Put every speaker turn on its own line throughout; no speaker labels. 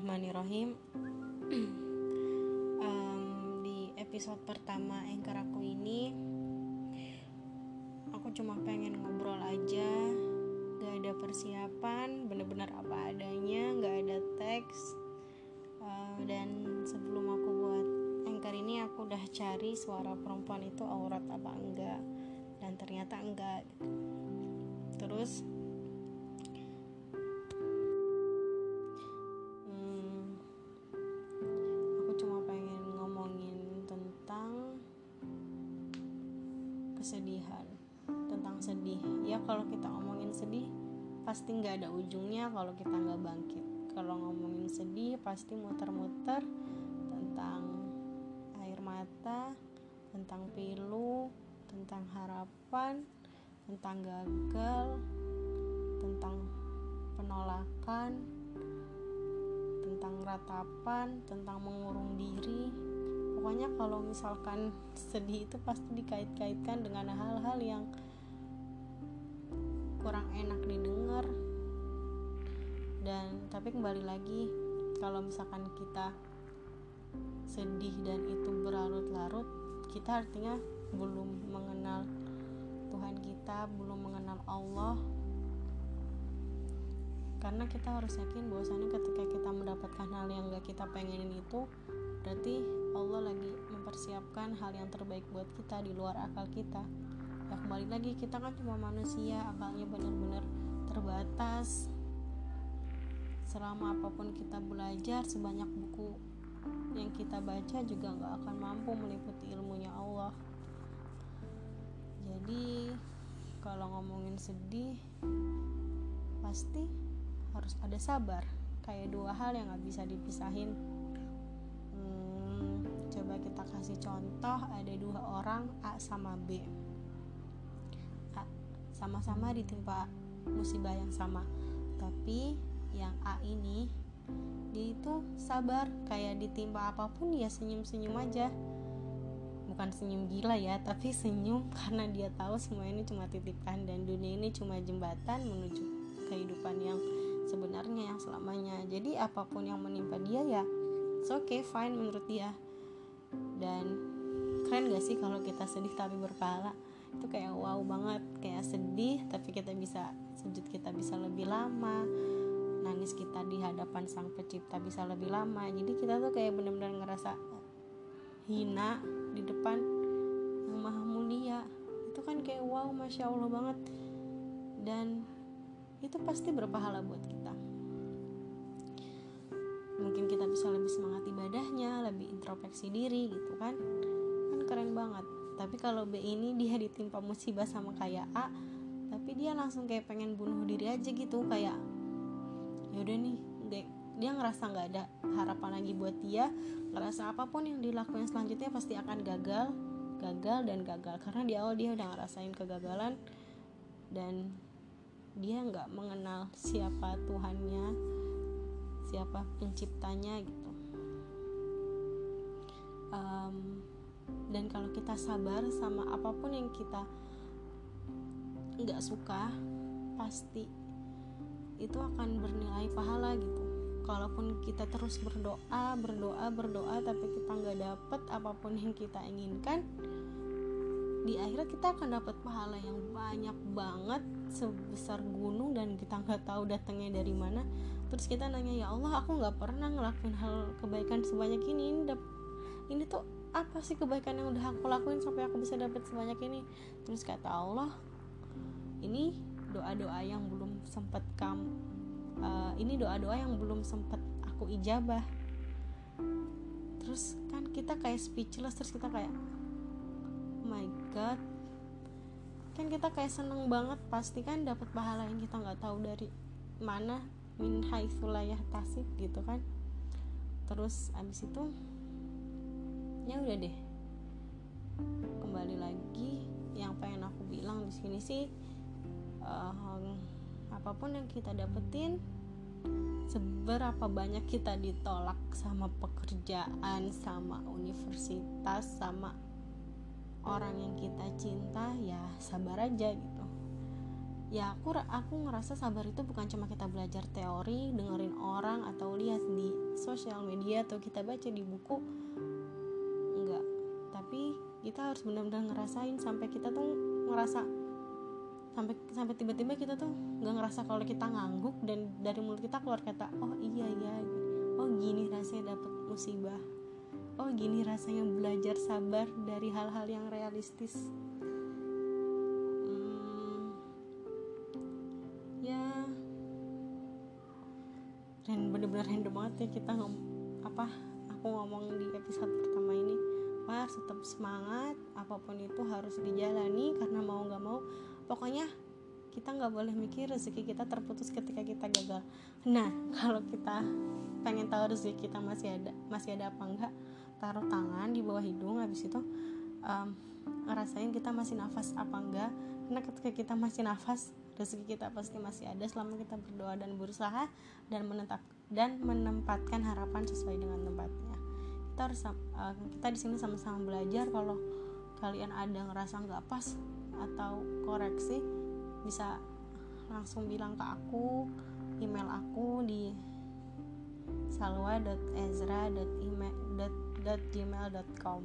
Bismillahirrahmanirrahim. Di episode pertama Anchor aku ini, aku cuma pengen ngobrol aja, gak ada persiapan, bener-bener apa adanya, gak ada teks. Dan sebelum aku buat Anchor ini, aku udah cari suara perempuan itu aurat apa enggak, dan ternyata enggak. Terus kesedihan, tentang sedih. Ya kalau kita ngomongin sedih pasti nggak ada ujungnya kalau kita nggak bangkit. Kalau ngomongin sedih pasti muter-muter tentang air mata, tentang pilu, tentang harapan, tentang gagal, tentang penolakan, tentang ratapan, tentang mengurung diri. Pokoknya kalau misalkan sedih itu pasti dikait-kaitkan dengan hal-hal yang kurang enak didengar. Dan tapi kembali lagi, kalau misalkan kita sedih dan itu berlarut-larut, kita artinya belum mengenal Tuhan kita, belum mengenal Allah. Karena kita harus yakin bahwasannya ketika kita mendapatkan hal yang gak kita pengenin itu, berarti Allah lagi mempersiapkan hal yang terbaik buat kita di luar akal kita. Ya kembali lagi, kita kan cuma manusia, akalnya benar-benar terbatas. Selama apapun kita belajar, sebanyak buku yang kita baca juga gak akan mampu meliputi ilmunya Allah. Jadi kalau ngomongin sedih, pasti harus ada sabar. Kayak dua hal yang gak bisa dipisahin. Coba kita kasih contoh, ada dua orang, A sama B. A sama-sama ditimpa musibah yang sama, tapi yang A ini dia itu sabar, kayak ditimpa apapun dia senyum-senyum aja. Bukan senyum gila ya, tapi senyum karena dia tahu semua ini cuma titipan dan dunia ini cuma jembatan menuju kehidupan yang sebenarnya, yang selamanya. Jadi apapun yang menimpa dia ya it's okay, fine menurut dia. Dan keren gak sih kalau kita sedih tapi berpahala? Itu kayak wow banget. Kayak sedih tapi kita bisa sujud, kita bisa lebih lama, nangis kita di hadapan sang pencipta bisa lebih lama. Jadi kita tuh kayak benar-benar ngerasa hina di depan yang maha mulia. Itu kan kayak wow, masya Allah banget. Dan itu pasti berpahala buat kita. Mungkin kita bisa lebih semangat ibadahnya, lebih introspeksi diri gitu kan keren banget. Tapi kalau B ini dia ditimpa musibah sama kayak A, tapi dia langsung kayak pengen bunuh diri aja gitu, kayak yaudah nih, dia ngerasa gak ada harapan lagi buat dia, ngerasa apapun yang dilakukan selanjutnya pasti akan gagal dan gagal, karena di awal dia udah ngerasain kegagalan dan dia gak mengenal siapa Tuhannya, siapa penciptanya gitu. Dan kalau kita sabar sama apapun yang kita gak suka, pasti itu akan bernilai pahala gitu. Kalaupun kita terus berdoa tapi kita gak dapet apapun yang kita inginkan, di akhirat kita akan dapat pahala yang banyak banget, sebesar gunung, dan kita gak tahu datangnya dari mana. Terus kita nanya, ya Allah, aku gak pernah ngelakuin hal kebaikan sebanyak ini tuh apa sih kebaikan yang udah aku lakuin sampai aku bisa dapat sebanyak ini? Terus kata Allah, ini doa-doa yang belum sempat doa-doa yang belum sempat aku ijabah. Terus kan kita kayak speechless, terus kita kayak oh my god, kan kita kayak seneng banget, pasti kan dapat pahala yang kita nggak tahu dari mana, min haitsu la yahtasib gitu kan. Terus abis itu ya udah deh, kembali lagi yang pengen aku bilang di sini sih, apapun yang kita dapetin, seberapa banyak kita ditolak sama pekerjaan, sama universitas, sama orang yang kita cinta, ya sabar aja gitu. ya aku ngerasa sabar itu bukan cuma kita belajar teori, dengerin orang atau lihat di sosial media atau kita baca di buku, enggak, tapi kita harus benar-benar ngerasain sampai kita tuh ngerasa sampai tiba-tiba kita tuh nggak ngerasa kalau kita ngangguk dan dari mulut kita keluar kata oh iya, oh gini rasanya dapet musibah, oh gini rasanya belajar sabar dari hal-hal yang realistis. Ya dan bener-bener random banget ya kita aku ngomong di episode pertama ini. Harus tetap semangat, apapun itu harus dijalani karena mau nggak mau. Pokoknya kita nggak boleh mikir rezeki kita terputus ketika kita gagal. Nah, kalau kita pengen tahu rezeki kita masih ada apa enggak, taruh tangan di bawah hidung, habis itu ngerasain kita masih nafas apa enggak. Karena ketika kita masih nafas, rezeki kita pasti masih ada selama kita berdoa dan berusaha dan menempatkan harapan sesuai dengan tempatnya. Kita di sini sama-sama belajar. Kalau kalian ada ngerasa nggak pas atau koreksi, bisa langsung bilang ke aku, email aku di salwa.ezra.gmail.com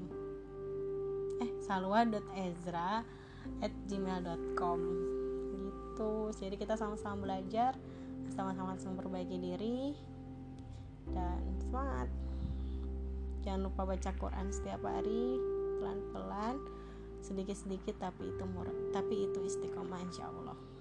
salwa.ezra@gmail.com gitu. Jadi kita sama-sama belajar, sama-sama memperbaiki diri, dan semangat. Jangan lupa baca Quran setiap hari, pelan-pelan, sedikit-sedikit, tapi itu istiqomah insyaallah.